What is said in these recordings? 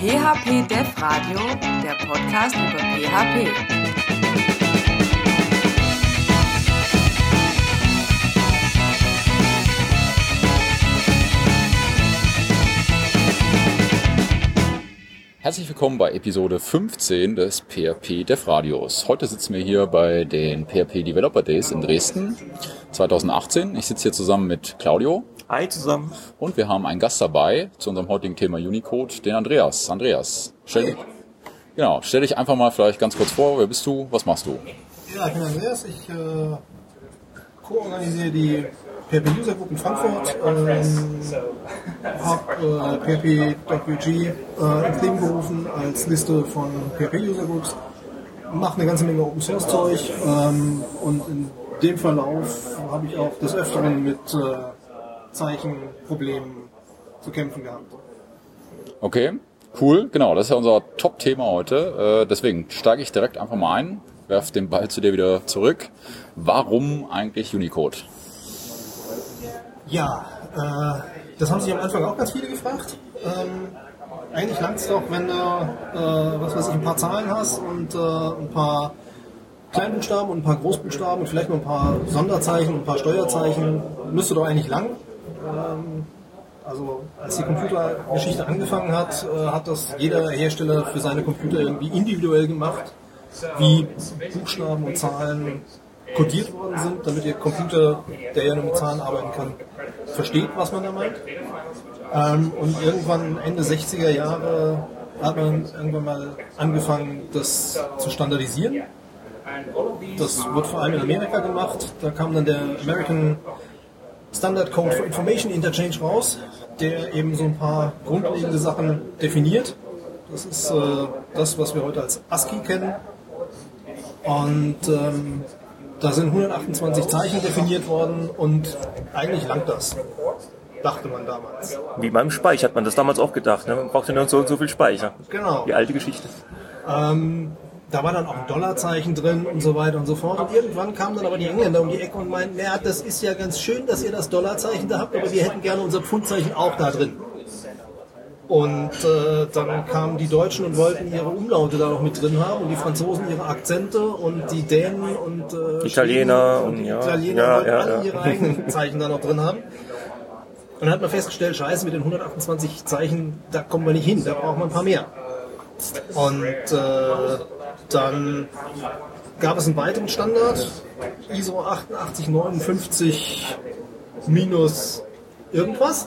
PHP Dev Radio, der Podcast über PHP. Herzlich willkommen bei Episode 15 des PHP Dev Radios. Heute sitzen wir hier bei den PHP Developer Days in Dresden 2018. Ich sitze hier zusammen mit Claudio. Hi zusammen. Und wir haben einen Gast dabei zu unserem heutigen Thema Unicode, den Andreas. Andreas, stell dich einfach mal vielleicht ganz kurz vor. Wer bist du? Was machst du? Ja, ich bin Andreas. Ich ko-organisiere die PHP User Group in Frankfurt, habe PHP.UG ins Leben gerufen als Liste von PHP User Groups, mache eine ganze Menge Open Source Zeug und in dem Verlauf habe ich auch des Öfteren mit Zeichenproblemen zu kämpfen gehabt. Okay, cool. Genau, das ist ja unser Top-Thema heute. Deswegen steige ich direkt einfach mal ein, werfe den Ball zu dir wieder zurück. Warum eigentlich Unicode? Ja, das haben sich am Anfang auch ganz viele gefragt. Eigentlich langt es doch, wenn du ein paar Zahlen hast und ein paar Kleinbuchstaben und ein paar Großbuchstaben und vielleicht noch ein paar Sonderzeichen und ein paar Steuerzeichen. Müsste doch eigentlich lang. Also als die Computergeschichte angefangen hat, hat das jeder Hersteller für seine Computer irgendwie individuell gemacht, wie Buchstaben und Zahlen kodiert worden sind, damit der Computer, der ja nur mit Zahlen arbeiten kann, versteht, was man da meint. Und irgendwann Ende 60er Jahre hat man irgendwann mal angefangen, das zu standardisieren. Das wird vor allem in Amerika gemacht. Da kam dann der American Standard Code for Information Interchange raus, der eben so ein paar grundlegende Sachen definiert. Das ist das, was wir heute als ASCII kennen. Und da sind 128 Zeichen definiert worden und eigentlich langt das, dachte man damals. Wie beim Speicher hat man das damals auch gedacht. Ne? Man brauchte nur so und so viel Speicher. Genau. Die alte Geschichte. Da war dann auch ein Dollarzeichen drin und so weiter und so fort. Und irgendwann kamen dann aber die Engländer um die Ecke und meinten, ja, das ist ja ganz schön, dass ihr das Dollarzeichen da habt, aber wir hätten gerne unser Pfundzeichen auch da drin. Und dann kamen die Deutschen und wollten ihre Umlaute da noch mit drin haben und die Franzosen ihre Akzente und die Dänen und Italiener und die Italiener wollten alle ihre eigenen Zeichen da noch drin haben. Und dann hat man festgestellt, scheiße, mit den 128 Zeichen, da kommen wir nicht hin, da braucht man ein paar mehr. Und dann gab es einen weiteren Standard, ISO 8859 minus irgendwas.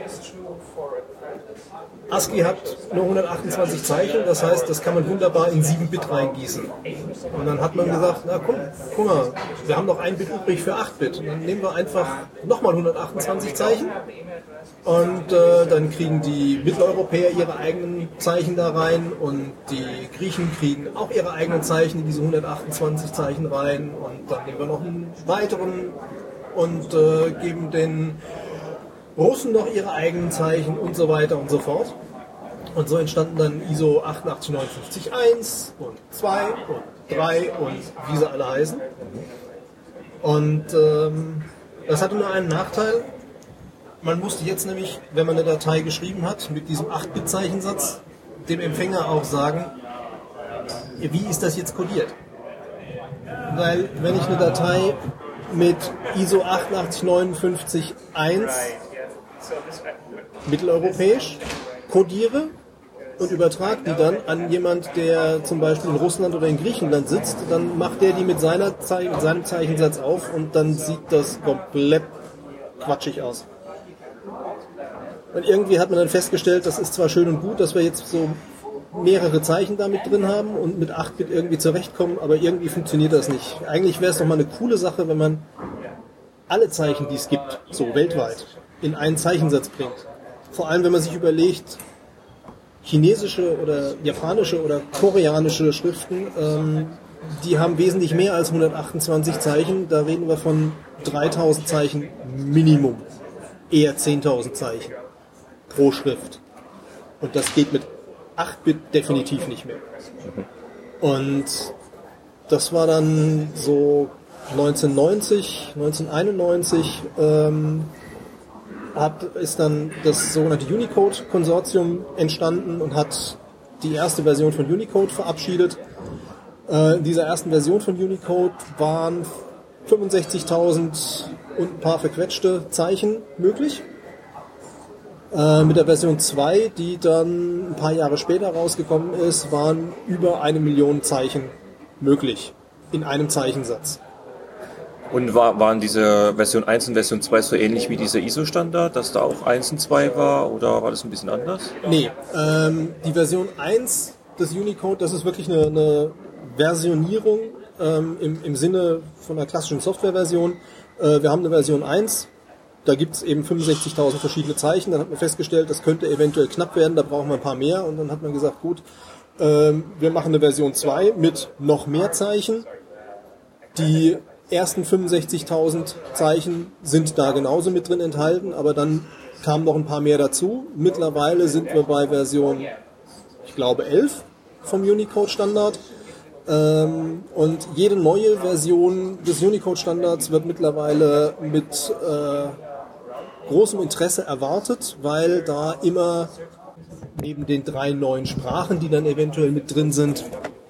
ASCII hat nur 128 Zeichen, das heißt, das kann man wunderbar in 7 Bit reingießen. Und dann hat man gesagt, na guck mal, wir haben noch ein Bit übrig für 8 Bit. Und dann nehmen wir einfach nochmal 128 Zeichen und dann kriegen die Mitteleuropäer ihre eigenen Zeichen da rein und die Griechen kriegen auch ihre eigenen Zeichen in diese 128 Zeichen rein und dann nehmen wir noch einen weiteren und geben den Russen noch ihre eigenen Zeichen und so weiter und so fort. Und so entstanden dann ISO 88951 und 2 und 3 und wie sie alle heißen. Und das hatte nur einen Nachteil. Man musste jetzt nämlich, wenn man eine Datei geschrieben hat, mit diesem 8-Bit-Zeichensatz, dem Empfänger auch sagen, wie ist das jetzt kodiert? Weil wenn ich eine Datei mit ISO 88951 mitteleuropäisch kodiere und übertrage die dann an jemand, der zum Beispiel in Russland oder in Griechenland sitzt, dann macht der die mit seinem Zeichensatz auf und dann sieht das komplett quatschig aus. Und irgendwie hat man dann festgestellt, das ist zwar schön und gut, dass wir jetzt so mehrere Zeichen da mit drin haben und mit 8-Bit irgendwie zurechtkommen, aber irgendwie funktioniert das nicht. Eigentlich wäre es doch mal eine coole Sache, wenn man alle Zeichen, die es gibt, so weltweit, in einen Zeichensatz bringt. Vor allem, wenn man sich überlegt, chinesische oder japanische oder koreanische Schriften, die haben wesentlich mehr als 128 Zeichen. Da reden wir von 3000 Zeichen Minimum, eher 10.000 Zeichen pro Schrift. Und das geht mit 8-Bit definitiv nicht mehr. Und das war dann so 1991 ist dann das sogenannte Unicode-Konsortium entstanden und hat die erste Version von Unicode verabschiedet. In dieser ersten Version von Unicode waren 65.000 und ein paar verquetschte Zeichen möglich. Mit der Version 2, die dann ein paar Jahre später rausgekommen ist, waren über 1 Million Zeichen möglich in einem Zeichensatz. Und waren diese Version 1 und Version 2 so ähnlich wie dieser ISO-Standard, dass da auch 1 und 2 war, oder war das ein bisschen anders? Nee, die Version 1 des Unicode, das ist wirklich eine Versionierung im Sinne von einer klassischen Softwareversion. Wir haben eine Version 1, da gibt es eben 65.000 verschiedene Zeichen. Dann hat man festgestellt, das könnte eventuell knapp werden, da brauchen wir ein paar mehr. Und dann hat man gesagt, gut, wir machen eine Version 2 mit noch mehr Zeichen. Die ersten 65.000 Zeichen sind da genauso mit drin enthalten, aber dann kamen noch ein paar mehr dazu. Mittlerweile sind wir bei Version, ich glaube, 11 vom Unicode-Standard. Und jede neue Version des Unicode-Standards wird mittlerweile mit großem Interesse erwartet, weil da immer neben den 3 neuen Sprachen, die dann eventuell mit drin sind,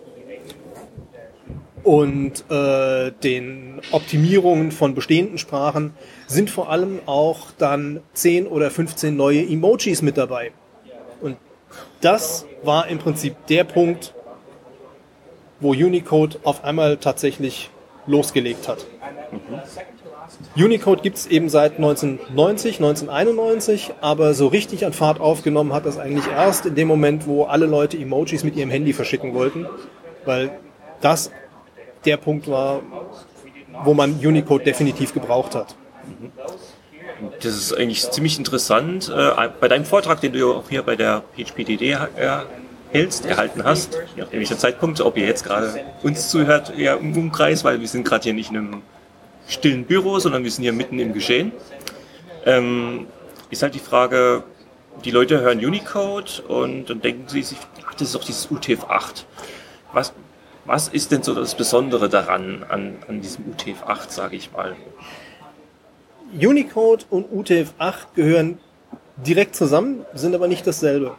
und den Optimierungen von bestehenden Sprachen sind vor allem auch dann 10 oder 15 neue Emojis mit dabei. Und das war im Prinzip der Punkt, wo Unicode auf einmal tatsächlich losgelegt hat. Unicode gibt es eben seit 1991, aber so richtig an Fahrt aufgenommen hat das eigentlich erst in dem Moment, wo alle Leute Emojis mit ihrem Handy verschicken wollten, weil das der Punkt war, wo man Unicode definitiv gebraucht hat. Das ist eigentlich ziemlich interessant. Bei deinem Vortrag, den du auch hier bei der PHP-DD erhalten hast, je nachdem welcher Zeitpunkt, ob ihr jetzt gerade uns zuhört, eher im Umkreis, weil wir sind gerade hier nicht in einem stillen Büro, sondern wir sind hier mitten im Geschehen. Ist halt die Frage, die Leute hören Unicode und dann denken sie sich, ach, das ist doch dieses UTF-8. Was ist denn so das Besondere daran, an diesem UTF-8, sage ich mal? Unicode und UTF-8 gehören direkt zusammen, sind aber nicht dasselbe.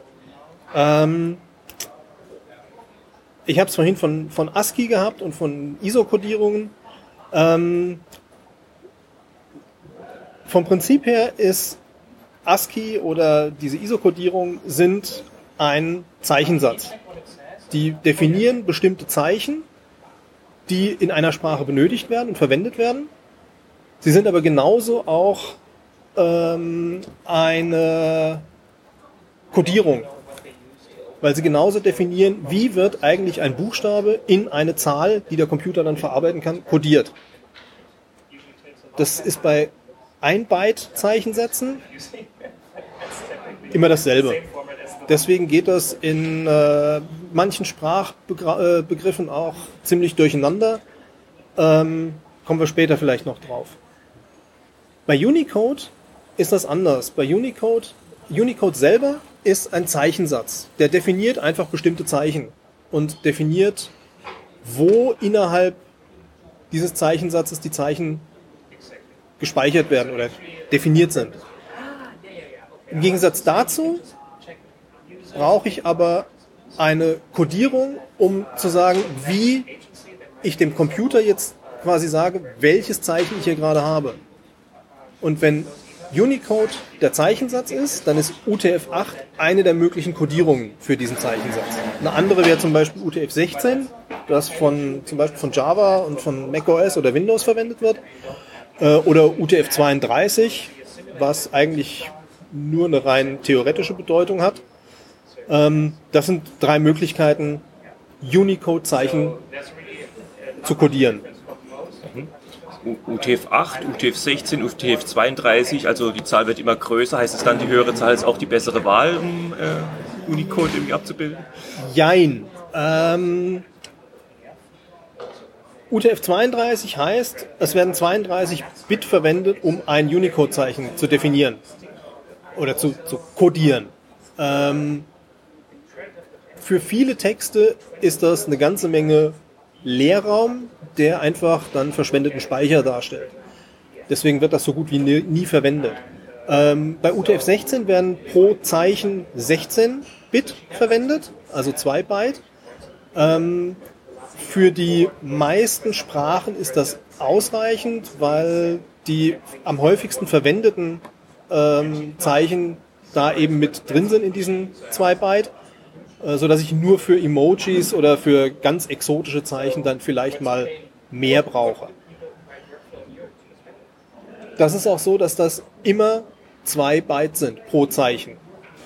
Ich habe es vorhin von ASCII gehabt und von ISO-Kodierungen. Vom Prinzip her ist ASCII oder diese ISO-Kodierung sind ein Zeichensatz. Die definieren bestimmte Zeichen, die in einer Sprache benötigt werden und verwendet werden. Sie sind aber genauso auch eine Kodierung, weil sie genauso definieren, wie wird eigentlich ein Buchstabe in eine Zahl, die der Computer dann verarbeiten kann, kodiert. Das ist bei 1 Byte Zeichensätzen immer dasselbe. Deswegen geht das in manchen Sprachbegriffen auch ziemlich durcheinander. Kommen wir später vielleicht noch drauf. Bei Unicode ist das anders. Bei Unicode selber ist ein Zeichensatz. Der definiert einfach bestimmte Zeichen und definiert, wo innerhalb dieses Zeichensatzes die Zeichen gespeichert werden oder definiert sind. Im Gegensatz dazu brauche ich aber eine Kodierung, um zu sagen, wie ich dem Computer jetzt quasi sage, welches Zeichen ich hier gerade habe. Und wenn Unicode der Zeichensatz ist, dann ist UTF-8 eine der möglichen Kodierungen für diesen Zeichensatz. Eine andere wäre zum Beispiel UTF-16, das zum Beispiel von Java und von macOS oder Windows verwendet wird. Oder UTF-32, was eigentlich nur eine rein theoretische Bedeutung hat. Das sind 3 Möglichkeiten, Unicode-Zeichen zu kodieren. UTF-8, UTF-16, UTF-32, also die Zahl wird immer größer. Heißt es dann, die höhere Zahl ist auch die bessere Wahl, um Unicode irgendwie abzubilden? Jein. UTF-32 heißt, es werden 32 Bit verwendet, um ein Unicode-Zeichen zu definieren oder zu kodieren. Für viele Texte ist das eine ganze Menge Leerraum, der einfach dann verschwendeten Speicher darstellt. Deswegen wird das so gut wie nie verwendet. Bei UTF-16 werden pro Zeichen 16 Bit verwendet, also 2 Byte. Für die meisten Sprachen ist das ausreichend, weil die am häufigsten verwendeten Zeichen da eben mit drin sind in diesen 2 Byte, sodass ich nur für Emojis oder für ganz exotische Zeichen dann vielleicht mal mehr brauche. Das ist auch so, dass das immer 2 Byte sind pro Zeichen.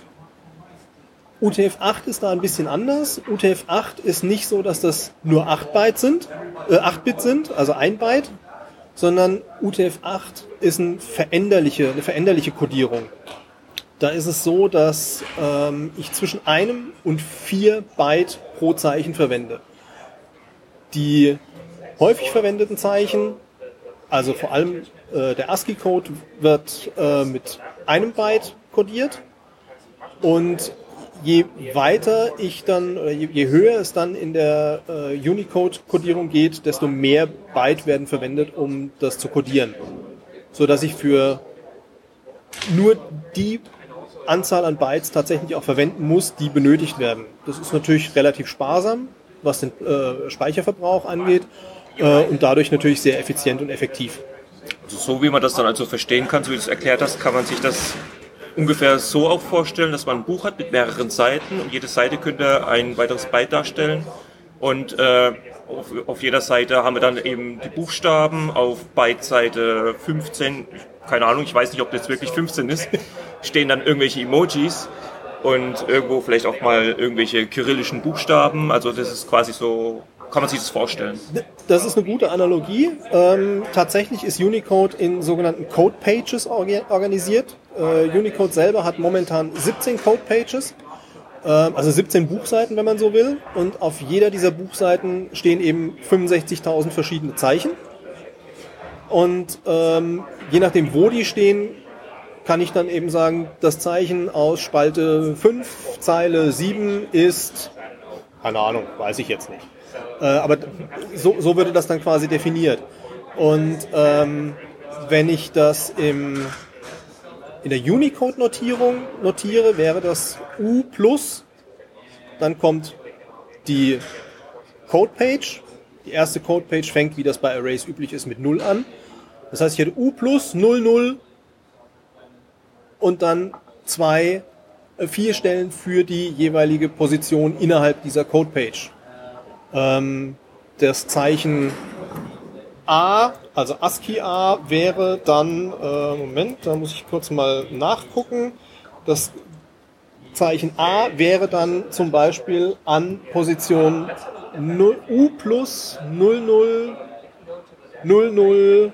UTF-8 ist da ein bisschen anders. UTF-8 ist nicht so, dass das nur 8 Bit sind, also 1 Byte, sondern UTF-8 ist eine veränderliche Codierung. Da ist es so, dass ich zwischen 1 und 4 Byte pro Zeichen verwende. Die häufig verwendeten Zeichen, also vor allem der ASCII-Code, wird mit 1 Byte codiert, und je weiter ich dann, oder je höher es dann in der Unicode-Codierung geht, desto mehr Byte werden verwendet, um das zu codieren. Sodass ich für nur die Anzahl an Bytes tatsächlich auch verwenden muss, die benötigt werden. Das ist natürlich relativ sparsam, was den Speicherverbrauch angeht, und dadurch natürlich sehr effizient und effektiv. Also so wie man das dann also verstehen kann, so wie du es erklärt hast, kann man sich das ungefähr so auch vorstellen, dass man ein Buch hat mit mehreren Seiten und jede Seite könnte ein weiteres Byte darstellen, und auf jeder Seite haben wir dann eben die Buchstaben. Auf Byte-Seite 15, keine Ahnung, ich weiß nicht, ob das wirklich 15 ist, stehen dann irgendwelche Emojis und irgendwo vielleicht auch mal irgendwelche kyrillischen Buchstaben. Also das ist quasi so, kann man sich das vorstellen? Das ist eine gute Analogie. Tatsächlich ist Unicode in sogenannten Code Pages organisiert. Unicode selber hat momentan 17 Code Pages, also 17 Buchseiten, wenn man so will. Und auf jeder dieser Buchseiten stehen eben 65.000 verschiedene Zeichen. Und je nachdem, wo die stehen, kann ich dann eben sagen, das Zeichen aus Spalte 5, Zeile 7 ist, keine Ahnung, weiß ich jetzt nicht. Aber so würde das dann quasi definiert. Und wenn ich das in der Unicode-Notierung notiere, wäre das U+, dann kommt die Codepage. Die erste Codepage fängt, wie das bei Arrays üblich ist, mit 0 an. Das heißt, ich hätte U+, 00 und dann 4 Stellen für die jeweilige Position innerhalb dieser Codepage. Das Zeichen A, also ASCII A, wäre dann, Moment, da muss ich kurz mal nachgucken. Das Zeichen A wäre dann zum Beispiel an Position U plus 00 00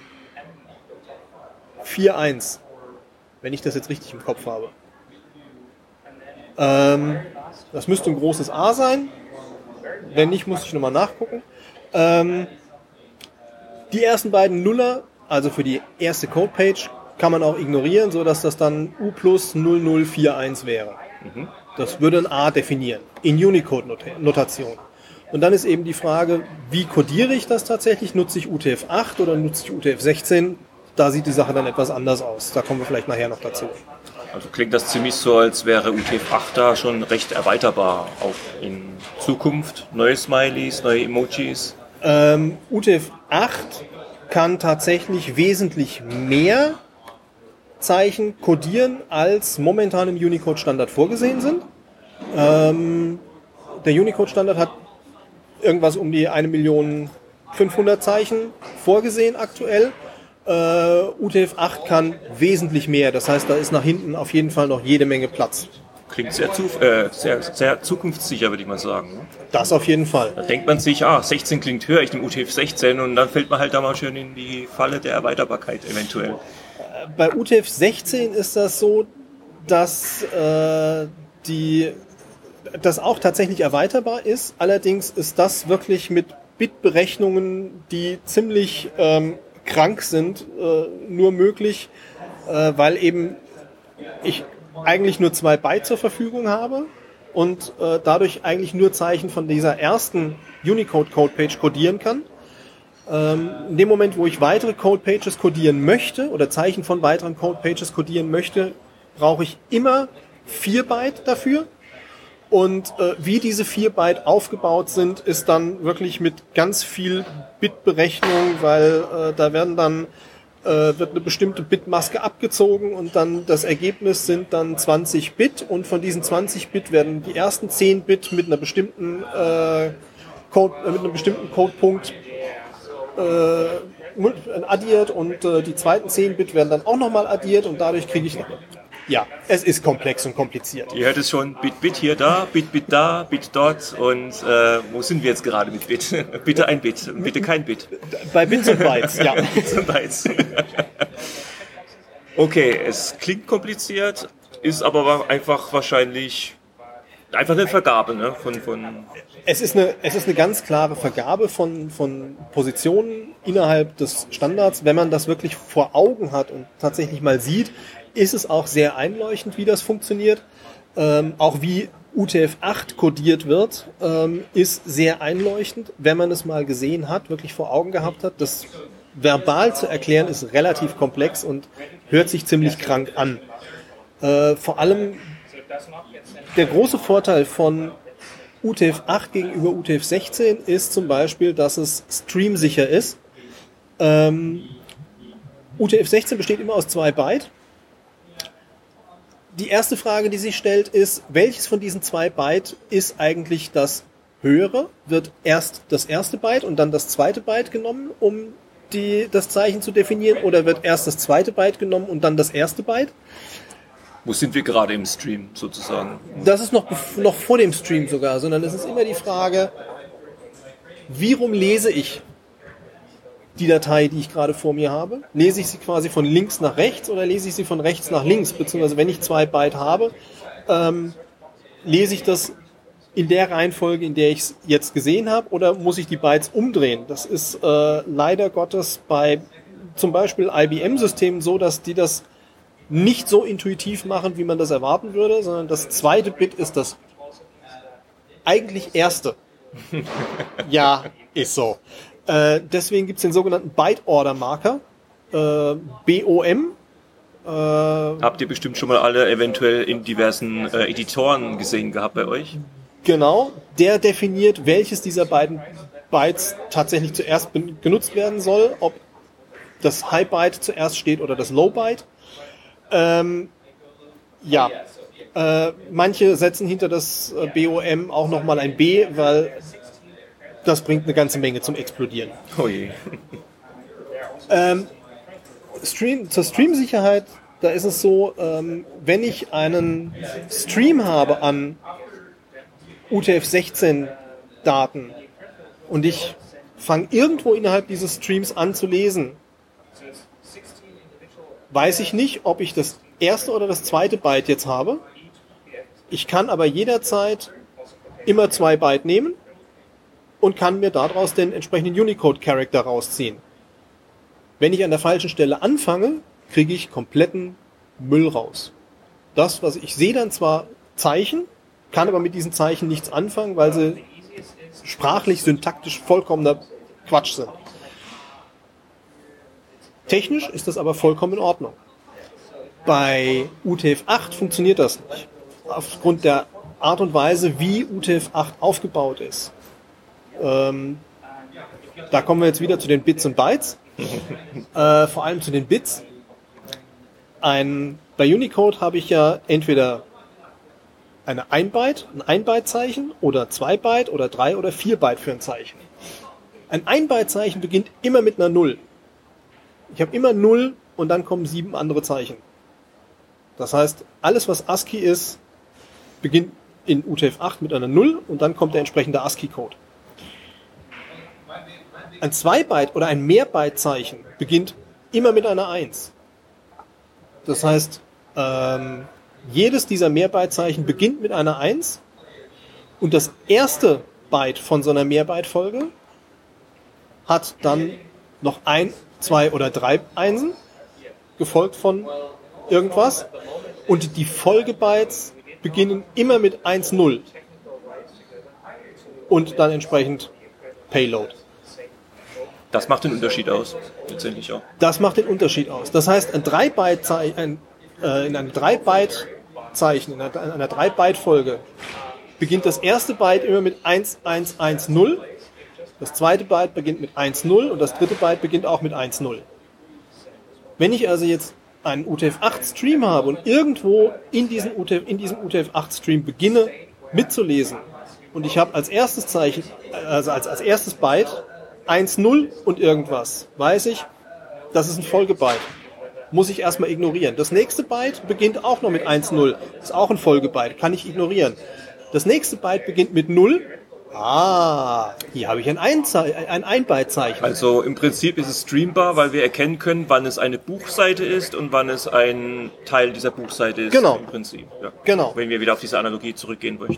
41, wenn ich das jetzt richtig im Kopf habe. Das müsste ein großes A sein. Wenn nicht, muss ich nochmal nachgucken. Die ersten beiden Nuller, also für die erste Codepage, kann man auch ignorieren, sodass das dann U plus 0041 wäre. Das würde ein A definieren, in Unicode-Notation. Und dann ist eben die Frage, wie codiere ich das tatsächlich? Nutze ich UTF-8 oder nutze ich UTF-16? Da sieht die Sache dann etwas anders aus. Da kommen wir vielleicht nachher noch dazu. Also klingt das ziemlich so, als wäre UTF-8 da schon recht erweiterbar, auch in Zukunft. Neue Smileys, neue Emojis. UTF-8 kann tatsächlich wesentlich mehr Zeichen codieren, als momentan im Unicode-Standard vorgesehen sind. Der Unicode-Standard hat irgendwas um die 1.500.000 Zeichen vorgesehen aktuell. UTF-8 kann wesentlich mehr. Das heißt, da ist nach hinten auf jeden Fall noch jede Menge Platz. Klingt sehr zukunftssicher, würde ich mal sagen. Das auf jeden Fall. Da denkt man sich, 16 klingt höher, ich nehme UTF-16 und dann fällt man halt da mal schön in die Falle der Erweiterbarkeit eventuell. Bei UTF-16 ist das so, dass das auch tatsächlich erweiterbar ist. Allerdings ist das wirklich mit Bitberechnungen, die ziemlich krank sind, nur möglich, weil eben ich eigentlich nur 2 Byte zur Verfügung habe und dadurch eigentlich nur Zeichen von dieser ersten Unicode-Codepage codieren kann. In dem Moment, wo ich weitere Code-Pages codieren möchte oder Zeichen von weiteren Code-Pages codieren möchte, brauche ich immer 4 Byte dafür. Und wie diese 4 Byte aufgebaut sind, ist dann wirklich mit ganz viel Bitberechnung, weil da wird eine bestimmte Bitmaske abgezogen und dann das Ergebnis sind dann 20 Bit und von diesen 20 Bit werden die ersten 10 Bit mit einer bestimmten Codepunkt addiert und die zweiten 10 Bit werden dann auch nochmal addiert und dadurch kriege ich... Ja, es ist komplex und kompliziert. Ihr hört es schon, Bit hier da, Bit da, Bit dort und wo sind wir jetzt gerade mit Bit? Bitte ein Bit, bitte kein Bit. Bei Bits und Bytes, ja. Bits und Bytes. Okay, es klingt kompliziert, ist aber einfach wahrscheinlich einfach eine Vergabe, ne? Von Es ist eine ganz klare Vergabe von Positionen innerhalb des Standards. Wenn man das wirklich vor Augen hat und tatsächlich mal sieht, ist es auch sehr einleuchtend, wie das funktioniert. Auch wie UTF-8 codiert wird, ist sehr einleuchtend. Wenn man es mal gesehen hat, wirklich vor Augen gehabt hat, das verbal zu erklären, ist relativ komplex und hört sich ziemlich krank an. Vor allem der große Vorteil von UTF-8 gegenüber UTF-16 ist zum Beispiel, dass es streamsicher ist. UTF-16 besteht immer aus 2 Byte. Die erste Frage, die sich stellt, ist, welches von diesen 2 Byte ist eigentlich das höhere? Wird erst das erste Byte und dann das zweite Byte genommen, um das Zeichen zu definieren? Oder wird erst das zweite Byte genommen und dann das erste Byte? Wo sind wir gerade im Stream sozusagen? Das ist noch vor dem Stream sogar, sondern es ist immer die Frage, wie rum lese ich die Datei, die ich gerade vor mir habe? Lese ich sie quasi von links nach rechts oder lese ich sie von rechts nach links? Beziehungsweise wenn ich 2 Byte habe, lese ich das in der Reihenfolge, in der ich es jetzt gesehen habe, oder muss ich die Bytes umdrehen? Das ist leider Gottes bei zum Beispiel IBM-Systemen so, dass die das nicht so intuitiv machen, wie man das erwarten würde, sondern das zweite Bit ist das eigentlich erste. Ja, ist so. Deswegen gibt es den sogenannten Byte-Order-Marker, BOM. Habt ihr bestimmt schon mal alle eventuell in diversen Editoren gesehen gehabt bei euch? Genau, der definiert, welches dieser beiden Bytes tatsächlich zuerst genutzt werden soll, ob das High Byte zuerst steht oder das Low Byte. Manche setzen hinter das BOM auch nochmal ein B, weil das bringt eine ganze Menge zum Explodieren. Oh je. Zur Stream-Sicherheit, da ist es so, wenn ich einen Stream habe an UTF-16-Daten und ich fange irgendwo innerhalb dieses Streams an zu lesen, weiß ich nicht, ob ich das erste oder das zweite Byte jetzt habe. Ich kann aber jederzeit immer 2 Byte nehmen und kann mir daraus den entsprechenden Unicode-Character rausziehen. Wenn ich an der falschen Stelle anfange, kriege ich kompletten Müll raus. Das, was ich sehe, dann zwar Zeichen, kann aber mit diesen Zeichen nichts anfangen, weil sie sprachlich, syntaktisch vollkommener Quatsch sind. Technisch ist das aber vollkommen in Ordnung. Bei UTF-8 funktioniert das nicht. Aufgrund der Art und Weise, wie UTF-8 aufgebaut ist. Da kommen wir jetzt wieder zu den Bits und Bytes. Vor allem zu den Bits. Bei Unicode habe ich ja entweder ein 1 Byte-Zeichen oder 2 Byte oder 3 oder 4 Byte für ein Zeichen. Ein 1 Byte-Zeichen beginnt immer mit einer 0. Ich habe immer 0 und dann kommen 7 andere Zeichen. Das heißt, alles was ASCII ist, beginnt in UTF-8 mit einer 0 und dann kommt der entsprechende ASCII-Code. Ein 2 Byte oder ein Mehrbyte-Zeichen beginnt immer mit einer 1. Das heißt, jedes dieser Mehrbyte-Zeichen beginnt mit einer 1 und das erste Byte von so einer Mehrbyte-Folge hat dann noch 1, 2 oder 3 Einsen, gefolgt von irgendwas. Und die Folgebytes beginnen immer mit 1, 0. Und dann entsprechend Payload. Das macht den Unterschied aus, letztendlich auch. Das macht den Unterschied aus. Das heißt, in einem 3-Byte-Zeichen, in einer 3-Byte-Folge, beginnt das erste Byte immer mit 1110, das zweite Byte beginnt mit 10 und das dritte Byte beginnt auch mit 10. Wenn ich also jetzt einen UTF-8-Stream habe und irgendwo in diesem UTF-8-Stream beginne mitzulesen und ich habe als erstes Zeichen, also als erstes Byte 10 und irgendwas, weiß ich, das ist ein Folgebyte. Muss ich erstmal ignorieren. Das nächste Byte beginnt auch noch mit 10, ist auch ein Folgebyte, kann ich ignorieren. Das nächste Byte beginnt mit 0. Hier habe ich ein Ein-Byte-Zeichen. Also im Prinzip ist es streambar, weil wir erkennen können, wann es eine Buchseite ist und wann es ein Teil dieser Buchseite ist. Genau. Im Prinzip. Ja. Genau. Wenn wir wieder auf diese Analogie zurückgehen möchten.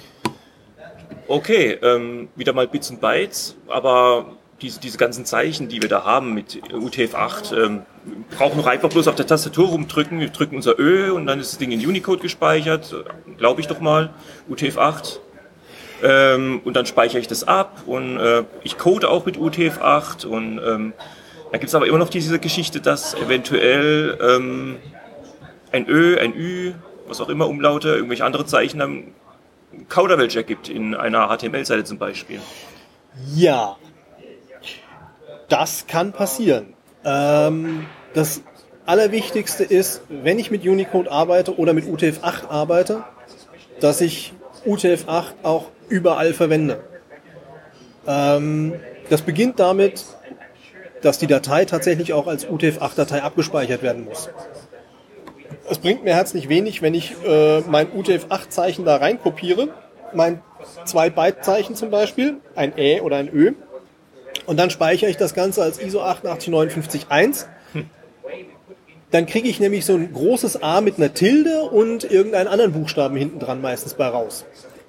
Okay, wieder mal Bits und Bytes, aber diese ganzen Zeichen, die wir da haben mit UTF-8, brauchen wir einfach bloß auf der Tastatur rumdrücken. Wir drücken unser Ö und dann ist das Ding in Unicode gespeichert, glaube ich doch mal, UTF-8. Und dann speichere ich das ab und ich code auch mit UTF-8 und da gibt es aber immer noch diese Geschichte, dass eventuell ein Ö, ein Ü, was auch immer, Umlaute, irgendwelche andere Zeichen dann Kauderwelsch ergibt in einer HTML-Seite zum Beispiel. Ja, das kann passieren. Das Allerwichtigste ist, wenn ich mit Unicode arbeite oder mit UTF-8 arbeite, dass ich UTF-8 auch überall verwende. Das beginnt damit, dass die Datei tatsächlich auch als UTF-8-Datei abgespeichert werden muss. Es bringt mir herzlich wenig, wenn ich mein UTF-8-Zeichen da reinkopiere, mein 2-Byte-Zeichen zum Beispiel, ein Ä oder ein Ö, und dann speichere ich das Ganze als ISO 88591. Dann kriege ich nämlich so ein großes A mit einer Tilde und irgendeinen anderen Buchstaben hinten dran meistens bei raus.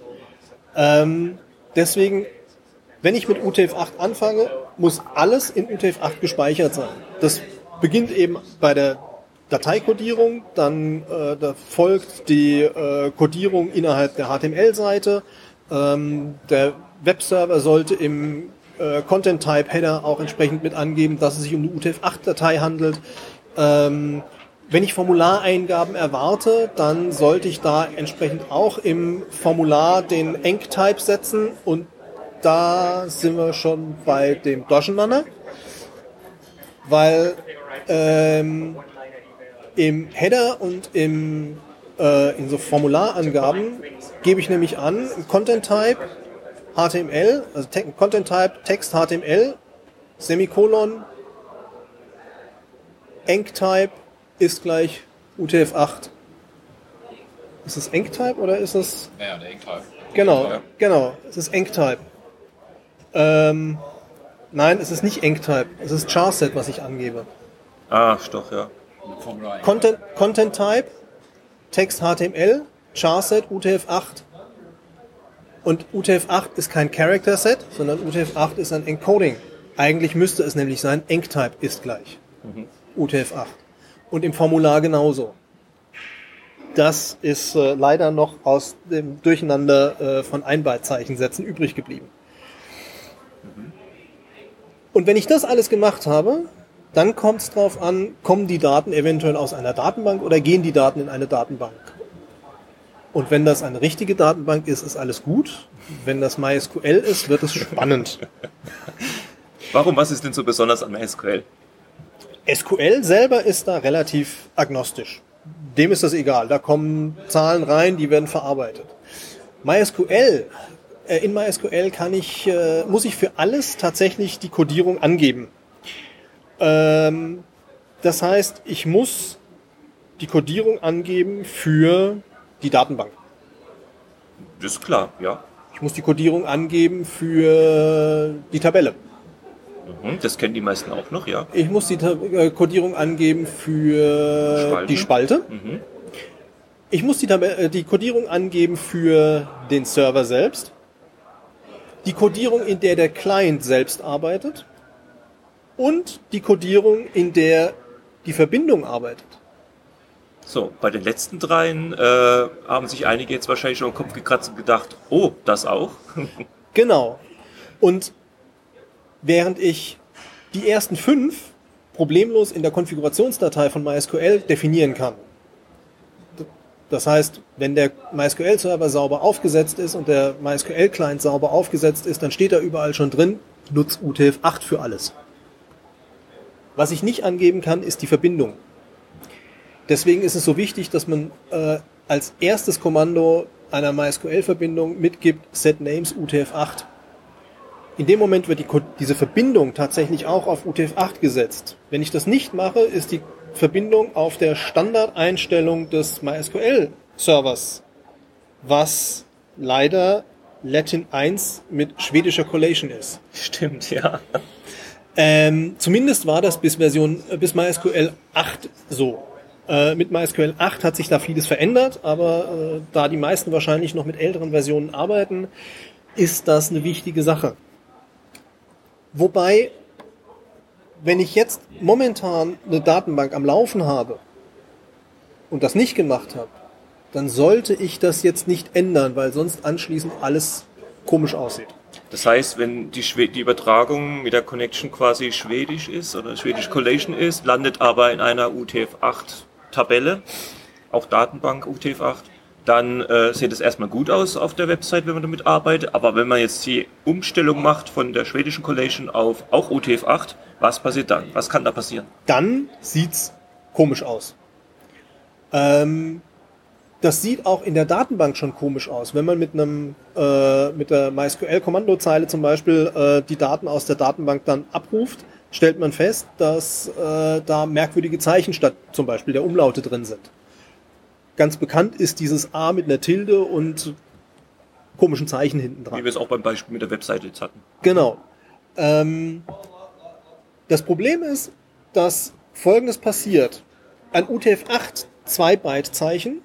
Deswegen, wenn ich mit UTF-8 anfange, muss alles in UTF-8 gespeichert sein. Das beginnt eben bei der Dateikodierung, dann da folgt die Kodierung innerhalb der HTML-Seite. Der Webserver sollte im Content-Type-Header auch entsprechend mit angeben, dass es sich um eine UTF-8-Datei handelt. Wenn ich Formulareingaben erwarte, dann sollte ich da entsprechend auch im Formular den Enctype setzen und da sind wir schon bei dem Durcheinander, weil im Header und in so Formularangaben gebe ich nämlich an, Content-Type HTML, also Content-Type Text HTML, Semikolon, Enctype ist gleich UTF-8. Ist es Enctype oder ist es... Ja, der Enctype. Genau, es ist Enctype. Nein, es ist nicht Enctype, es ist Charset, was ich angebe. Ah, doch, ja. Content-Type, Text HTML, Charset, UTF-8. Und UTF-8 ist kein Character-Set, sondern UTF-8 ist ein Encoding. Eigentlich müsste es nämlich sein, Enctype ist gleich UTF-8. Und im Formular genauso. Das ist leider noch aus dem Durcheinander von Ein-Byte-Zeichensätzen übrig geblieben. Und wenn ich das alles gemacht habe, dann kommt es drauf an, kommen die Daten eventuell aus einer Datenbank oder gehen die Daten in eine Datenbank? Und wenn das eine richtige Datenbank ist, ist alles gut. Wenn das MySQL ist, wird es spannend. Warum? Was ist denn so besonders an MySQL? SQL selber ist da relativ agnostisch. Dem ist das egal. Da kommen Zahlen rein, die werden verarbeitet. In MySQL muss ich für alles tatsächlich die Codierung angeben. Das heißt, ich muss die Codierung angeben für die Datenbank. Das ist klar, ja. Ich muss die Codierung angeben für die Tabelle. Das kennen die meisten auch noch, ja. Ich muss die Codierung angeben für die Spalte. Ich muss die Codierung angeben für den Server selbst. Die Codierung, in der der Client selbst arbeitet. Und die Codierung, in der die Verbindung arbeitet. So, bei den letzten dreien haben sich einige jetzt wahrscheinlich schon im Kopf gekratzt und gedacht, oh, das auch? Genau. Und während ich die ersten 5 problemlos in der Konfigurationsdatei von MySQL definieren kann. Das heißt, wenn der MySQL-Server sauber aufgesetzt ist und der MySQL-Client sauber aufgesetzt ist, dann steht da überall schon drin, nutzt UTF-8 für alles. Was ich nicht angeben kann, ist die Verbindung. Deswegen ist es so wichtig, dass man als erstes Kommando einer MySQL-Verbindung mitgibt, setNames UTF-8. In dem Moment wird diese Verbindung tatsächlich auch auf UTF-8 gesetzt. Wenn ich das nicht mache, ist die Verbindung auf der Standardeinstellung des MySQL-Servers, was leider Latin 1 mit schwedischer Collation ist. Stimmt, ja. Zumindest war das bis MySQL 8 so. Mit MySQL 8 hat sich da vieles verändert, aber da die meisten wahrscheinlich noch mit älteren Versionen arbeiten, ist das eine wichtige Sache. Wobei, wenn ich jetzt momentan eine Datenbank am Laufen habe und das nicht gemacht habe, dann sollte ich das jetzt nicht ändern, weil sonst anschließend alles komisch aussieht. Das heißt, wenn die Übertragung mit der Connection quasi schwedisch ist oder schwedisch Collation ist, landet aber in einer UTF-8-Tabelle, auch Datenbank UTF-8, dann sieht es erstmal gut aus auf der Website, wenn man damit arbeitet. Aber wenn man jetzt die Umstellung macht von der schwedischen Collation auf auch UTF-8, was passiert dann? Was kann da passieren? Dann sieht's komisch aus. Das sieht auch in der Datenbank schon komisch aus. Wenn man mit der MySQL-Kommandozeile zum Beispiel die Daten aus der Datenbank dann abruft, stellt man fest, dass da merkwürdige Zeichen statt zum Beispiel der Umlaute drin sind. Ganz bekannt ist dieses A mit einer Tilde und komischen Zeichen hinten dran. Wie wir es auch beim Beispiel mit der Webseite jetzt hatten. Genau. Das Problem ist, dass Folgendes passiert. Ein UTF-8 2-Byte-Zeichen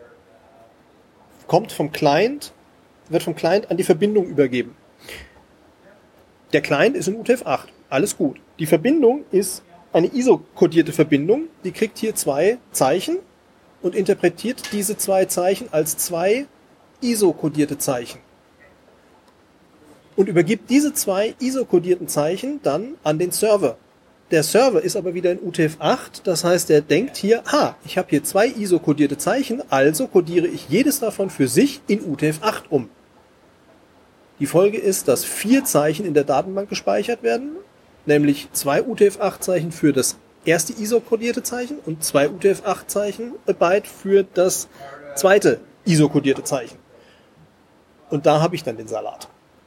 wird vom Client an die Verbindung übergeben. Der Client ist in UTF-8. Alles gut. Die Verbindung ist eine ISO-kodierte Verbindung. Die kriegt hier 2 Zeichen und interpretiert diese 2 Zeichen als 2 ISO-kodierte Zeichen. Und übergibt diese 2 ISO-kodierten Zeichen dann an den Server. Der Server ist aber wieder in UTF-8, das heißt, er denkt hier, ich habe hier 2 ISO-kodierte Zeichen, also kodiere ich jedes davon für sich in UTF-8 um. Die Folge ist, dass 4 Zeichen in der Datenbank gespeichert werden, nämlich 2 UTF-8-Zeichen für das erste ISO-kodierte Zeichen und 2 UTF-8-Zeichen Byte für das zweite ISO-kodierte Zeichen. Und da habe ich dann den Salat.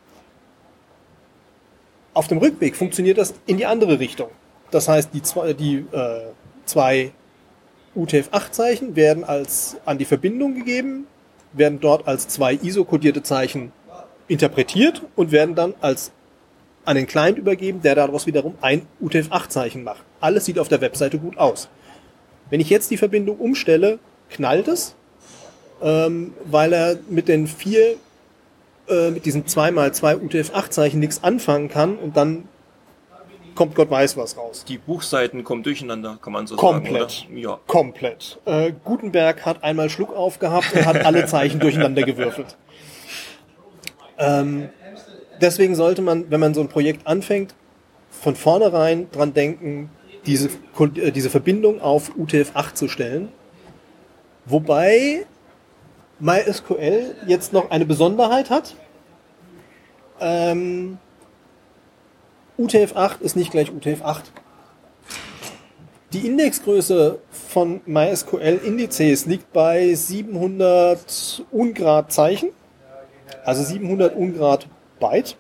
Auf dem Rückweg funktioniert das in die andere Richtung. Das heißt, die 2 UTF-8-Zeichen werden an die Verbindung gegeben, werden dort als 2 ISO-kodierte Zeichen interpretiert und werden dann an den Client übergeben, der daraus wiederum ein UTF-8-Zeichen macht. Alles sieht auf der Webseite gut aus. Wenn ich jetzt die Verbindung umstelle, knallt es, weil er mit diesen 2x2 UTF-8-Zeichen nichts anfangen kann und dann kommt Gott weiß was raus. Die Buchseiten kommen durcheinander, kann man so komplett, sagen, oder? Ja. Komplett. Gutenberg hat einmal Schluck aufgehabt und hat alle Zeichen durcheinander gewürfelt. Deswegen sollte man, wenn man so ein Projekt anfängt, von vornherein dran denken, diese Verbindung auf UTF-8 zu stellen. Wobei MySQL jetzt noch eine Besonderheit hat. UTF-8 ist nicht gleich UTF-8. Die Indexgröße von MySQL-Indizes liegt bei 700 Ungrad-Zeichen, also 700 Ungrad Byte.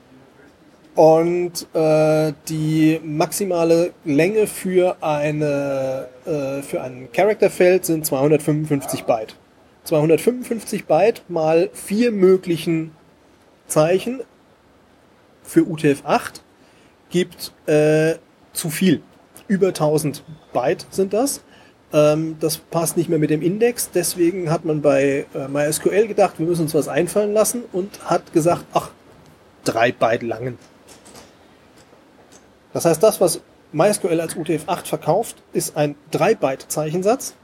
Und die maximale Länge für ein Characterfeld sind 255 Byte. 255 Byte mal 4 möglichen Zeichen für UTF-8 gibt zu viel. Über 1000 Byte sind das. Das passt nicht mehr mit dem Index. Deswegen hat man bei MySQL gedacht, wir müssen uns was einfallen lassen und hat gesagt, 3 Byte langen. Das heißt, das, was MySQL als UTF-8 verkauft, ist ein 3-Byte-Zeichensatz,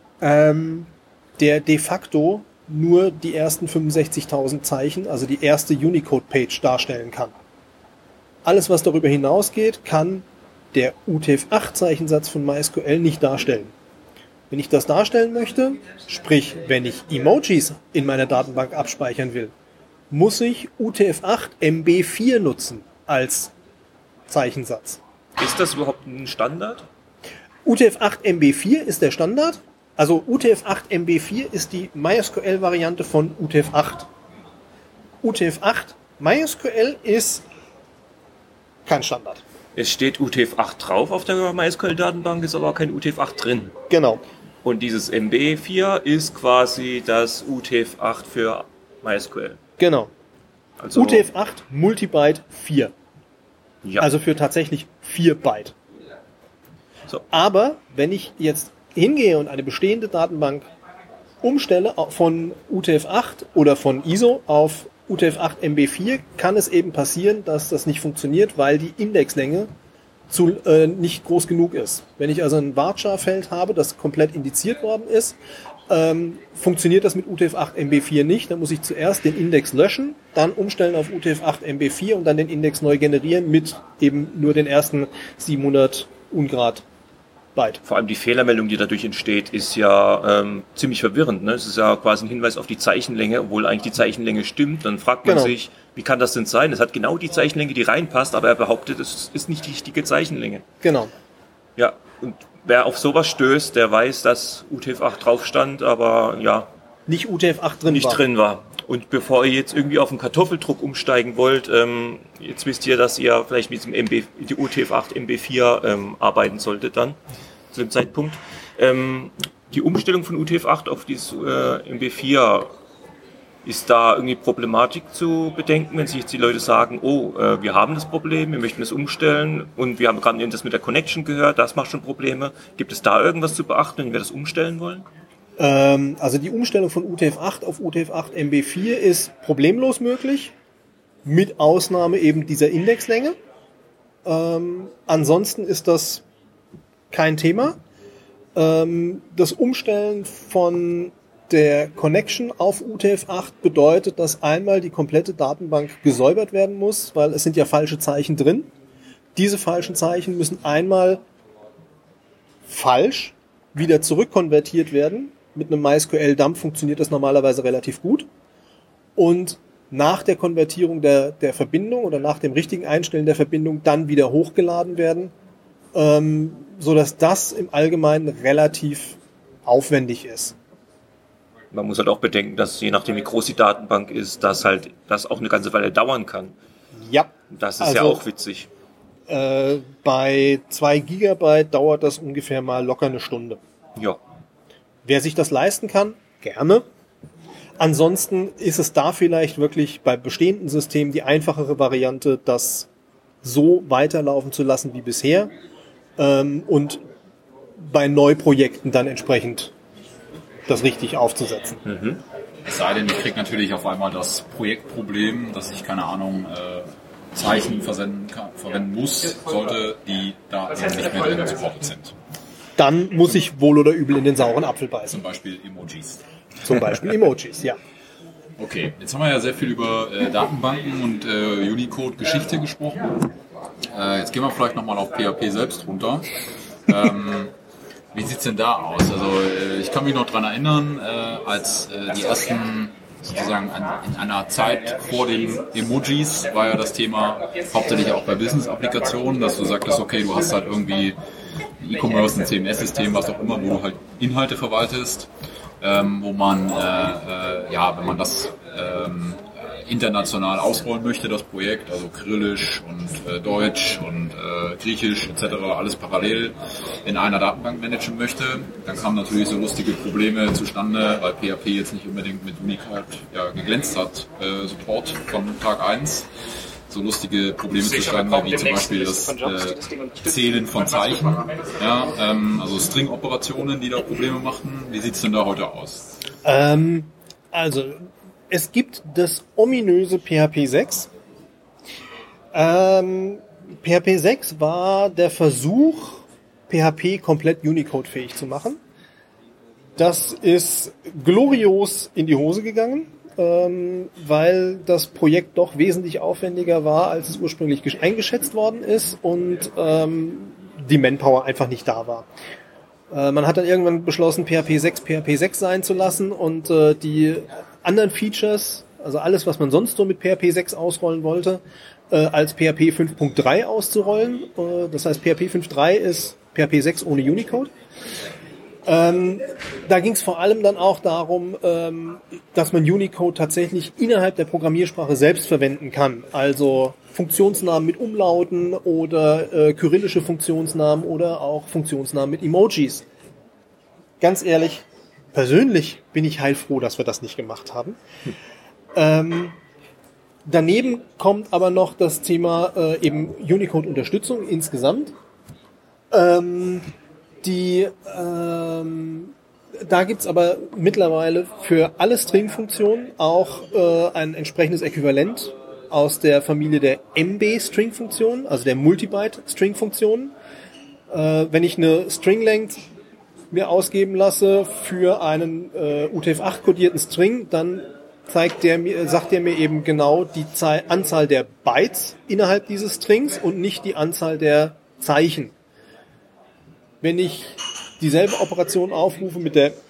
der de facto nur die ersten 65.000 Zeichen, also die erste Unicode-Page darstellen kann. Alles, was darüber hinausgeht, kann der UTF-8-Zeichensatz von MySQL nicht darstellen. Wenn ich das darstellen möchte, sprich, wenn ich Emojis in meiner Datenbank abspeichern will, muss ich UTF-8 MB4 nutzen als Zeichensatz. Ist das überhaupt ein Standard? UTF-8 MB4 ist der Standard. Also UTF-8 MB4 ist die MySQL-Variante von UTF-8. UTF-8 MySQL ist kein Standard. Es steht UTF-8 drauf auf der MySQL-Datenbank, ist aber kein UTF-8 drin. Genau. Und dieses MB4 ist quasi das UTF-8 für MySQL. Genau. Also, UTF-8 Multibyte 4. ja. Also für tatsächlich 4 Byte. So. Aber wenn ich jetzt hingehe und eine bestehende Datenbank umstelle von UTF-8 oder von ISO auf UTF-8 MB4, kann es eben passieren, dass das nicht funktioniert, weil die Indexlänge nicht groß genug ist. Wenn ich also ein Varchar-Feld habe, das komplett indiziert worden ist, funktioniert das mit UTF-8 MB4 nicht. Dann muss ich zuerst den Index löschen, dann umstellen auf UTF-8 MB4 und dann den Index neu generieren mit eben nur den ersten 700 Ungrad Byte. Vor allem die Fehlermeldung, die dadurch entsteht, ist ja ziemlich verwirrend. Ne? Es ist ja quasi ein Hinweis auf die Zeichenlänge, obwohl eigentlich die Zeichenlänge stimmt. Dann fragt man sich, wie kann das denn sein? Es hat genau die Zeichenlänge, die reinpasst, aber er behauptet, es ist nicht die richtige Zeichenlänge. Genau. Ja, und wer auf sowas stößt, der weiß, dass UTF-8 drauf stand, aber ja, nicht UTF-8 drin war. Und bevor ihr jetzt irgendwie auf den Kartoffeldruck umsteigen wollt, jetzt wisst ihr, dass ihr vielleicht mit dem die UTF-8 MB4 arbeiten solltet dann, zu dem Zeitpunkt. Die Umstellung von UTF-8 auf dieses MB4, ist da irgendwie Problematik zu bedenken, wenn sich jetzt die Leute sagen, wir haben das Problem, wir möchten es umstellen und wir haben gerade das mit der Connection gehört, das macht schon Probleme. Gibt es da irgendwas zu beachten, wenn wir das umstellen wollen? Also die Umstellung von UTF-8 auf UTF-8 MB4 ist problemlos möglich, mit Ausnahme eben dieser Indexlänge. Ansonsten ist das kein Thema. Das Umstellen von der Connection auf UTF-8 bedeutet, dass einmal die komplette Datenbank gesäubert werden muss, weil es sind ja falsche Zeichen drin. Diese falschen Zeichen müssen einmal falsch wieder zurückkonvertiert werden. Mit einem MySQL-Dump funktioniert das normalerweise relativ gut. Und nach der Konvertierung der Verbindung oder nach dem richtigen Einstellen der Verbindung dann wieder hochgeladen werden, sodass das im Allgemeinen relativ aufwendig ist. Man muss halt auch bedenken, dass je nachdem wie groß die Datenbank ist, dass halt das auch eine ganze Weile dauern kann. Ja. Das ist also, ja auch witzig. Bei 2 Gigabyte dauert das ungefähr mal locker eine Stunde. Ja. Wer sich das leisten kann, gerne. Ansonsten ist es da vielleicht wirklich bei bestehenden Systemen die einfachere Variante, das so weiterlaufen zu lassen wie bisher und bei Neuprojekten dann entsprechend das richtig aufzusetzen. Mhm. Es sei denn, ich kriege natürlich auf einmal das Projektproblem, dass ich, keine Ahnung, Zeichen verwenden muss, sollte die Daten nicht mehr drin supported sind. Dann muss ich wohl oder übel in den sauren Apfel beißen. Zum Beispiel Emojis. Zum Beispiel Emojis, ja. Okay, jetzt haben wir ja sehr viel über Datenbanken und Unicode-Geschichte gesprochen. Jetzt gehen wir vielleicht nochmal auf PHP selbst runter. Wie sieht's denn da aus? Also ich kann mich noch dran erinnern, als die ersten, sozusagen in einer Zeit vor den Emojis war ja das Thema hauptsächlich auch bei Business-Applikationen, dass du sagtest, okay, du hast halt irgendwie ein E-Commerce, ein CMS-System, was auch immer, wo du halt Inhalte verwaltest, wo man, wenn man das international ausrollen möchte, das Projekt, also Kyrillisch und Deutsch und Griechisch etc., alles parallel in einer Datenbank managen möchte, dann kamen natürlich so lustige Probleme zustande, weil PHP jetzt nicht unbedingt mit Unicode geglänzt hat, Support von Tag 1. So lustige Probleme zustande, wie zum Beispiel das Zählen von Zeichen, also String-Operationen, die da Probleme machen. Wie sieht's denn da heute aus? Also, es gibt das ominöse PHP 6. PHP 6 war der Versuch, PHP komplett Unicode-fähig zu machen. Das ist glorios in die Hose gegangen. weil das Projekt doch wesentlich aufwendiger war, als es ursprünglich eingeschätzt worden ist und die Manpower einfach nicht da war. Man hat dann irgendwann beschlossen, PHP 6 sein zu lassen und die anderen Features, also alles, was man sonst so mit PHP 6 ausrollen wollte, als PHP 5.3 auszurollen. Das heißt, PHP 5.3 ist PHP 6 ohne Unicode. Da ging es vor allem dann auch darum, dass man Unicode tatsächlich innerhalb der Programmiersprache selbst verwenden kann. Also Funktionsnamen mit Umlauten oder kyrillische Funktionsnamen oder auch Funktionsnamen mit Emojis. Ganz ehrlich, persönlich bin ich heilfroh, dass wir das nicht gemacht haben. Daneben kommt aber noch das Thema eben Unicode-Unterstützung insgesamt. Da gibt's aber mittlerweile für alle String-Funktionen auch ein entsprechendes Äquivalent aus der Familie der MB-String-Funktionen, also der Multibyte-String-Funktionen. Wenn ich eine String-Length mir ausgeben lasse für einen UTF-8-kodierten String, dann sagt der mir eben genau die Anzahl der Bytes innerhalb dieses Strings und nicht die Anzahl der Zeichen. Wenn ich dieselbe Operation aufrufe mit der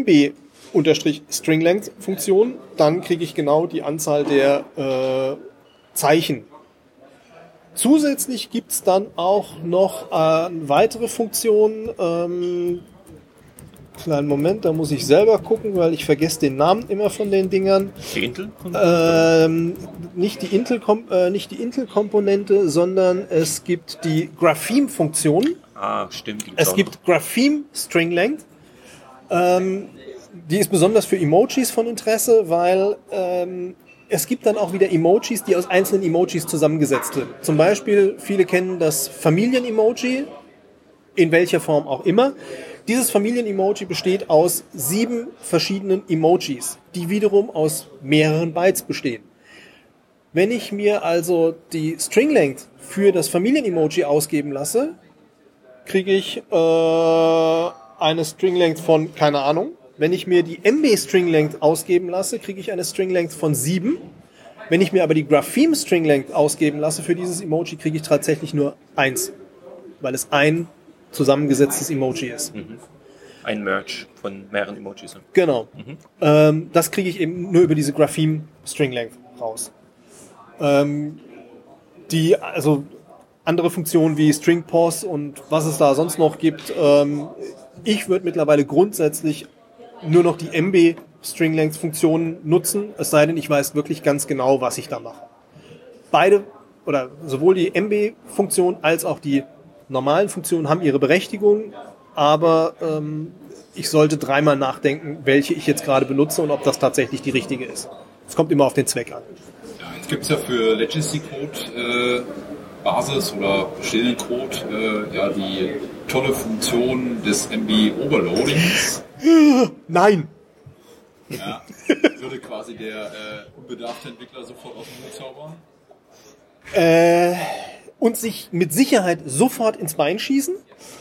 MB-Stringlength-Funktion, dann kriege ich genau die Anzahl der Zeichen. Zusätzlich gibt's dann auch noch weitere Funktionen. Kleinen Moment, da muss ich selber gucken, weil ich vergesse den Namen immer von den Dingern. Die Intel? Nicht die Intel-Komponente, sondern es gibt die Grapheme-Funktion. Ah, stimmt. Es gibt Grapheme String Length. Die ist besonders für Emojis von Interesse, weil es gibt dann auch wieder Emojis, die aus einzelnen Emojis zusammengesetzt sind. Zum Beispiel, viele kennen das Familien-Emoji, in welcher Form auch immer. Dieses Familien-Emoji besteht aus 7 verschiedenen Emojis, die wiederum aus mehreren Bytes bestehen. Wenn ich mir also die String Length für das Familien-Emoji ausgeben lasse, kriege ich eine String Length von, keine Ahnung. Wenn ich mir die MB String Length ausgeben lasse, kriege ich eine String Length von 7. Wenn ich mir aber die Grapheme String Length ausgeben lasse für dieses Emoji, kriege ich tatsächlich nur 1, weil es ein zusammengesetztes Emoji ist. Ein Merge von mehreren Emojis. Genau. Das kriege ich eben nur über diese Grapheme String Length raus. Also andere Funktionen wie String Pause und was es da sonst noch gibt. Ich würde mittlerweile grundsätzlich nur noch die MB String Length Funktionen nutzen, es sei denn, ich weiß wirklich ganz genau, was ich da mache. Beide, oder sowohl die MB Funktion als auch die normalen Funktionen haben ihre Berechtigung, aber ich sollte dreimal nachdenken, welche ich jetzt gerade benutze und ob das tatsächlich die richtige ist. Es kommt immer auf den Zweck an. Ja, jetzt gibt es ja für Legacy Code Basis oder bestehenden Code die tolle Funktion des MB Overloadings. Nein! Ja, würde quasi der unbedarfte Entwickler sofort aus dem Mund zaubern? Und sich mit Sicherheit sofort ins Bein schießen.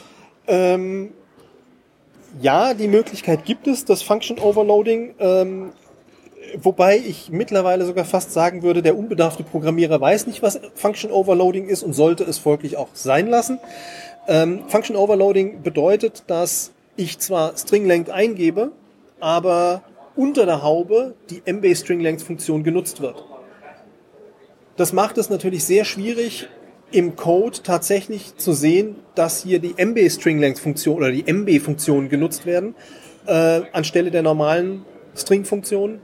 Ja, die Möglichkeit gibt es, das Function Overloading, wobei ich mittlerweile sogar fast sagen würde, der unbedarfte Programmierer weiß nicht, was Function Overloading ist und sollte es folglich auch sein lassen. Function Overloading bedeutet, dass ich zwar String Length eingebe, aber unter der Haube die MB String Length Funktion genutzt wird. Das macht es natürlich sehr schwierig, im Code tatsächlich zu sehen, dass hier die MB String Length Funktion oder die MB Funktionen genutzt werden, anstelle der normalen String Funktionen.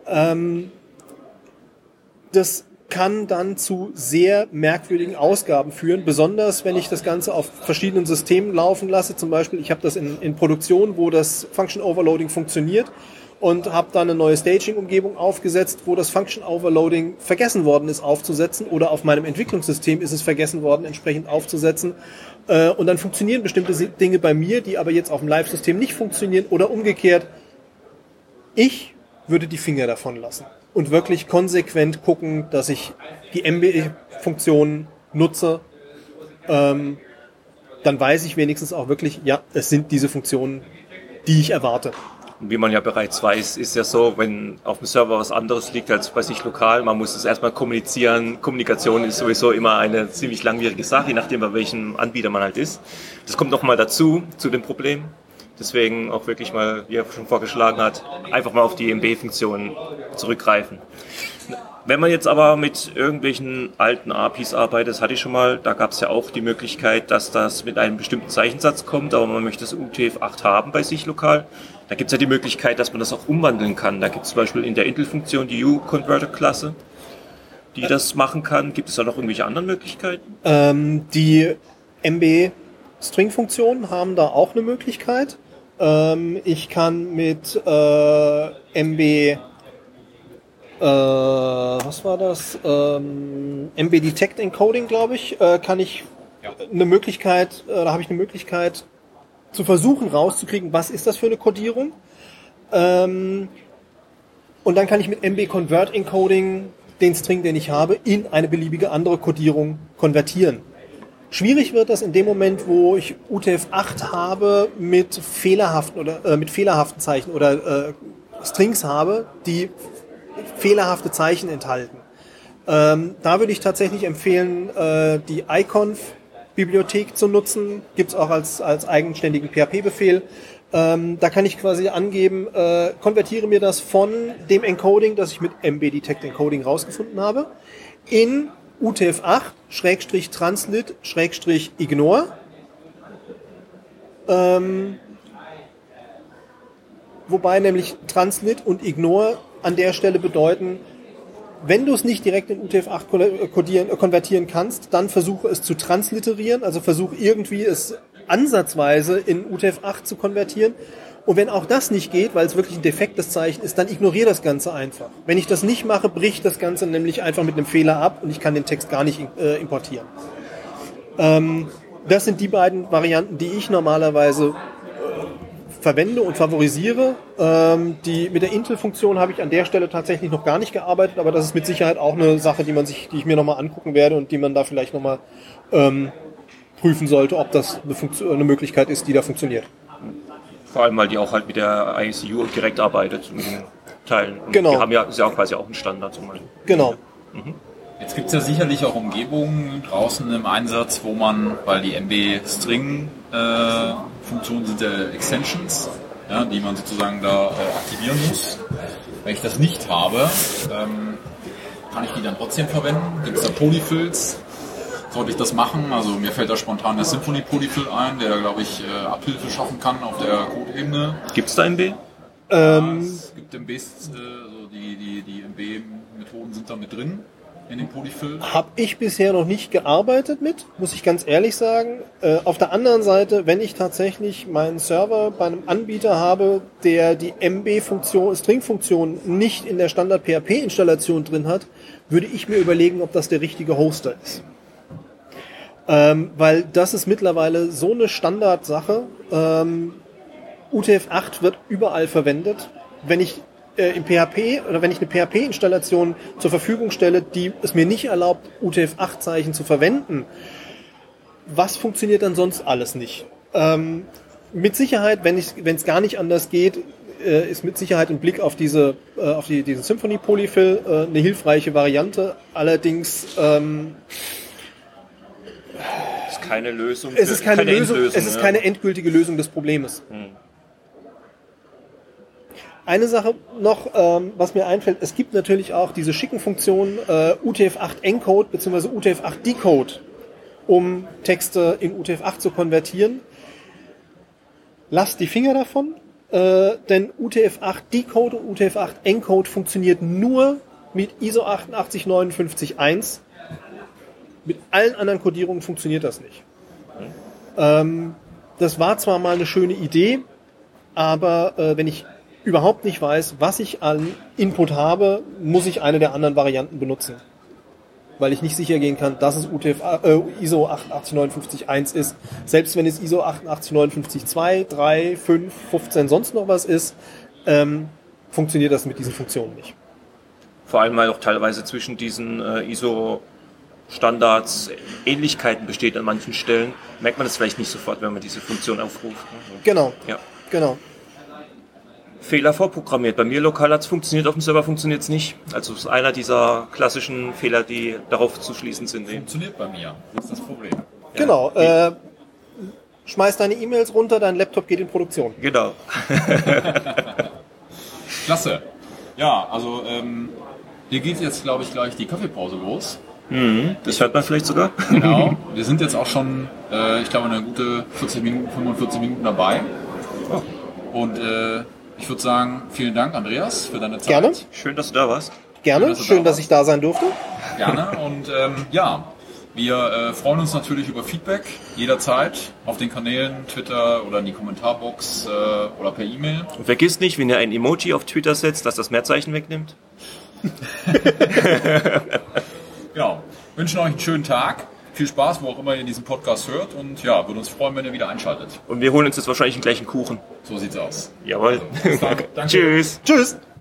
Das kann dann zu sehr merkwürdigen Ausgaben führen, besonders wenn ich das Ganze auf verschiedenen Systemen laufen lasse. Zum Beispiel, ich habe das in Produktion, wo das Function Overloading funktioniert und habe dann eine neue Staging-Umgebung aufgesetzt, wo das Function Overloading vergessen worden ist aufzusetzen oder auf meinem Entwicklungssystem ist es vergessen worden, entsprechend aufzusetzen. Und dann funktionieren bestimmte Dinge bei mir, die aber jetzt auf dem Live-System nicht funktionieren oder umgekehrt. Ich würde die Finger davon lassen und wirklich konsequent gucken, dass ich die MB-Funktionen nutze. Dann weiß ich wenigstens auch wirklich, ja, es sind diese Funktionen, die ich erwarte. Und wie man ja bereits weiß, ist ja so, wenn auf dem Server was anderes liegt als bei sich lokal, man muss es erstmal kommunizieren. Kommunikation ist sowieso immer eine ziemlich langwierige Sache, je nachdem, bei welchem Anbieter man halt ist. Das kommt nochmal dazu, zu dem Problem. Deswegen auch wirklich mal, wie er schon vorgeschlagen hat, einfach mal auf die MB-Funktion zurückgreifen. Wenn man jetzt aber mit irgendwelchen alten APIs arbeitet, das hatte ich schon mal, da gab es ja auch die Möglichkeit, dass das mit einem bestimmten Zeichensatz kommt, aber man möchte das UTF-8 haben bei sich lokal. Da gibt es ja die Möglichkeit, dass man das auch umwandeln kann. Da gibt es zum Beispiel in der Intel-Funktion die U-Converter-Klasse, die das machen kann. Gibt es da noch irgendwelche anderen Möglichkeiten? Die MB-String-Funktionen haben da auch eine Möglichkeit. Ich kann mit MB... was war das? MB Detect Encoding, glaube ich, kann ich eine Möglichkeit, da habe ich eine Möglichkeit zu versuchen rauszukriegen, was ist das für eine Codierung. Und dann kann ich mit MB Convert Encoding den String, den ich habe, in eine beliebige andere Codierung konvertieren. Schwierig wird das in dem Moment, wo ich UTF-8 habe mit fehlerhaften Zeichen oder Strings habe, die fehlerhafte Zeichen enthalten. Da würde ich tatsächlich empfehlen, die iconf-Bibliothek zu nutzen. Gibt es auch als eigenständigen PHP-Befehl. Da kann ich quasi angeben, konvertiere mir das von dem Encoding, das ich mit MB Detect Encoding rausgefunden habe, in UTF-8-Translate-Ignore. Wobei nämlich Translate und Ignore an der Stelle bedeuten, wenn du es nicht direkt in UTF-8 konvertieren kannst, dann versuche es zu transliterieren, also versuche irgendwie es ansatzweise in UTF-8 zu konvertieren. Und wenn auch das nicht geht, weil es wirklich ein defektes Zeichen ist, dann ignoriere das Ganze einfach. Wenn ich das nicht mache, bricht das Ganze nämlich einfach mit einem Fehler ab und ich kann den Text gar nicht importieren. Das sind die beiden Varianten, die ich normalerweise verwende und favorisiere. Mit der Intel-Funktion habe ich an der Stelle tatsächlich noch gar nicht gearbeitet, aber das ist mit Sicherheit auch eine Sache, die ich mir nochmal angucken werde und die man da vielleicht nochmal prüfen sollte, ob das eine Möglichkeit ist, die da funktioniert. Vor allem, weil die auch halt mit der ICU direkt arbeitet, mit den Teilen. Und genau. Die haben ja, ist ja auch quasi auch ein Standard zum Beispiel. Genau. Mhm. Jetzt gibt es ja sicherlich auch Umgebungen draußen im Einsatz, wo man, weil die MB-String-Funktionen sind ja Extensions, ja, die man sozusagen da aktivieren muss. Wenn ich das nicht habe, kann ich die dann trotzdem verwenden? Gibt es da Polyfills? Sollte ich das machen? Also mir fällt da spontan der Symfony Polyfill ein, der, glaube ich, Abhilfe schaffen kann auf der Code-Ebene. Gibt es da MB? Es gibt MBs, also die MB-Methoden sind da mit drin. In den Polyfill? Habe ich bisher noch nicht gearbeitet mit, muss ich ganz ehrlich sagen. Auf der anderen Seite, wenn ich tatsächlich meinen Server bei einem Anbieter habe, der die MB-Funktion, String-Funktion nicht in der Standard-PHP-Installation drin hat, würde ich mir überlegen, ob das der richtige Hoster ist. Weil das ist mittlerweile so eine Standardsache. UTF-8 wird überall verwendet. Wenn ich im PHP oder wenn ich eine PHP-Installation zur Verfügung stelle, die es mir nicht erlaubt, UTF-8-Zeichen zu verwenden, was funktioniert dann sonst alles nicht? Mit Sicherheit, wenn es gar nicht anders geht, ist mit Sicherheit ein Blick auf diesen Symfony Polyfill eine hilfreiche Variante. Allerdings ist keine Lösung. Es ist keine endgültige Lösung des Problems. Eine Sache noch, was mir einfällt, es gibt natürlich auch diese schicken Funktionen UTF-8 Encode bzw. UTF-8 Decode, um Texte in UTF-8 zu konvertieren. Lasst die Finger davon, denn UTF-8 Decode und UTF-8 Encode funktioniert nur mit ISO 88591. Mit allen anderen Codierungen funktioniert das nicht. Das war zwar mal eine schöne Idee, aber wenn ich überhaupt nicht weiß, was ich an Input habe, muss ich eine der anderen Varianten benutzen. Weil ich nicht sicher gehen kann, dass es ISO 88591 ist. Selbst wenn es ISO 88592, 3, 5, 15, sonst noch was ist, funktioniert das mit diesen Funktionen nicht. Vor allem, weil auch teilweise zwischen diesen ISO-Standards Ähnlichkeiten besteht an manchen Stellen, merkt man das vielleicht nicht sofort, wenn man diese Funktion aufruft. Genau, ja. Genau. Fehler vorprogrammiert. Bei mir lokal hat es funktioniert, auf dem Server funktioniert es nicht. Also es ist einer dieser klassischen Fehler, die darauf zu schließen sind. Funktioniert bei mir. Das ist das Problem. Genau. Schmeiß deine E-Mails runter, dein Laptop geht in Produktion. Genau. Klasse. Ja, also hier geht jetzt, glaube ich, gleich die Kaffeepause los. Das hört man vielleicht sogar. Genau. Wir sind jetzt auch schon, ich glaube, eine gute 40 Minuten, 45 Minuten dabei. Und ich würde sagen, vielen Dank, Andreas, für deine Zeit. Gerne. Schön, dass du da warst. Gerne. Schön, dass ich da sein durfte. Gerne. Und ja, wir freuen uns natürlich über Feedback jederzeit auf den Kanälen, Twitter oder in die Kommentarbox oder per E-Mail. Und vergiss nicht, wenn ihr ein Emoji auf Twitter setzt, dass das Meerzeichen wegnimmt. Genau. Wünschen euch einen schönen Tag. Viel Spaß, wo auch immer ihr diesen Podcast hört. Und ja, würde uns freuen, wenn ihr wieder einschaltet. Und wir holen uns jetzt wahrscheinlich den gleichen Kuchen. So sieht's aus. Jawohl. Danke. Tschüss. Tschüss.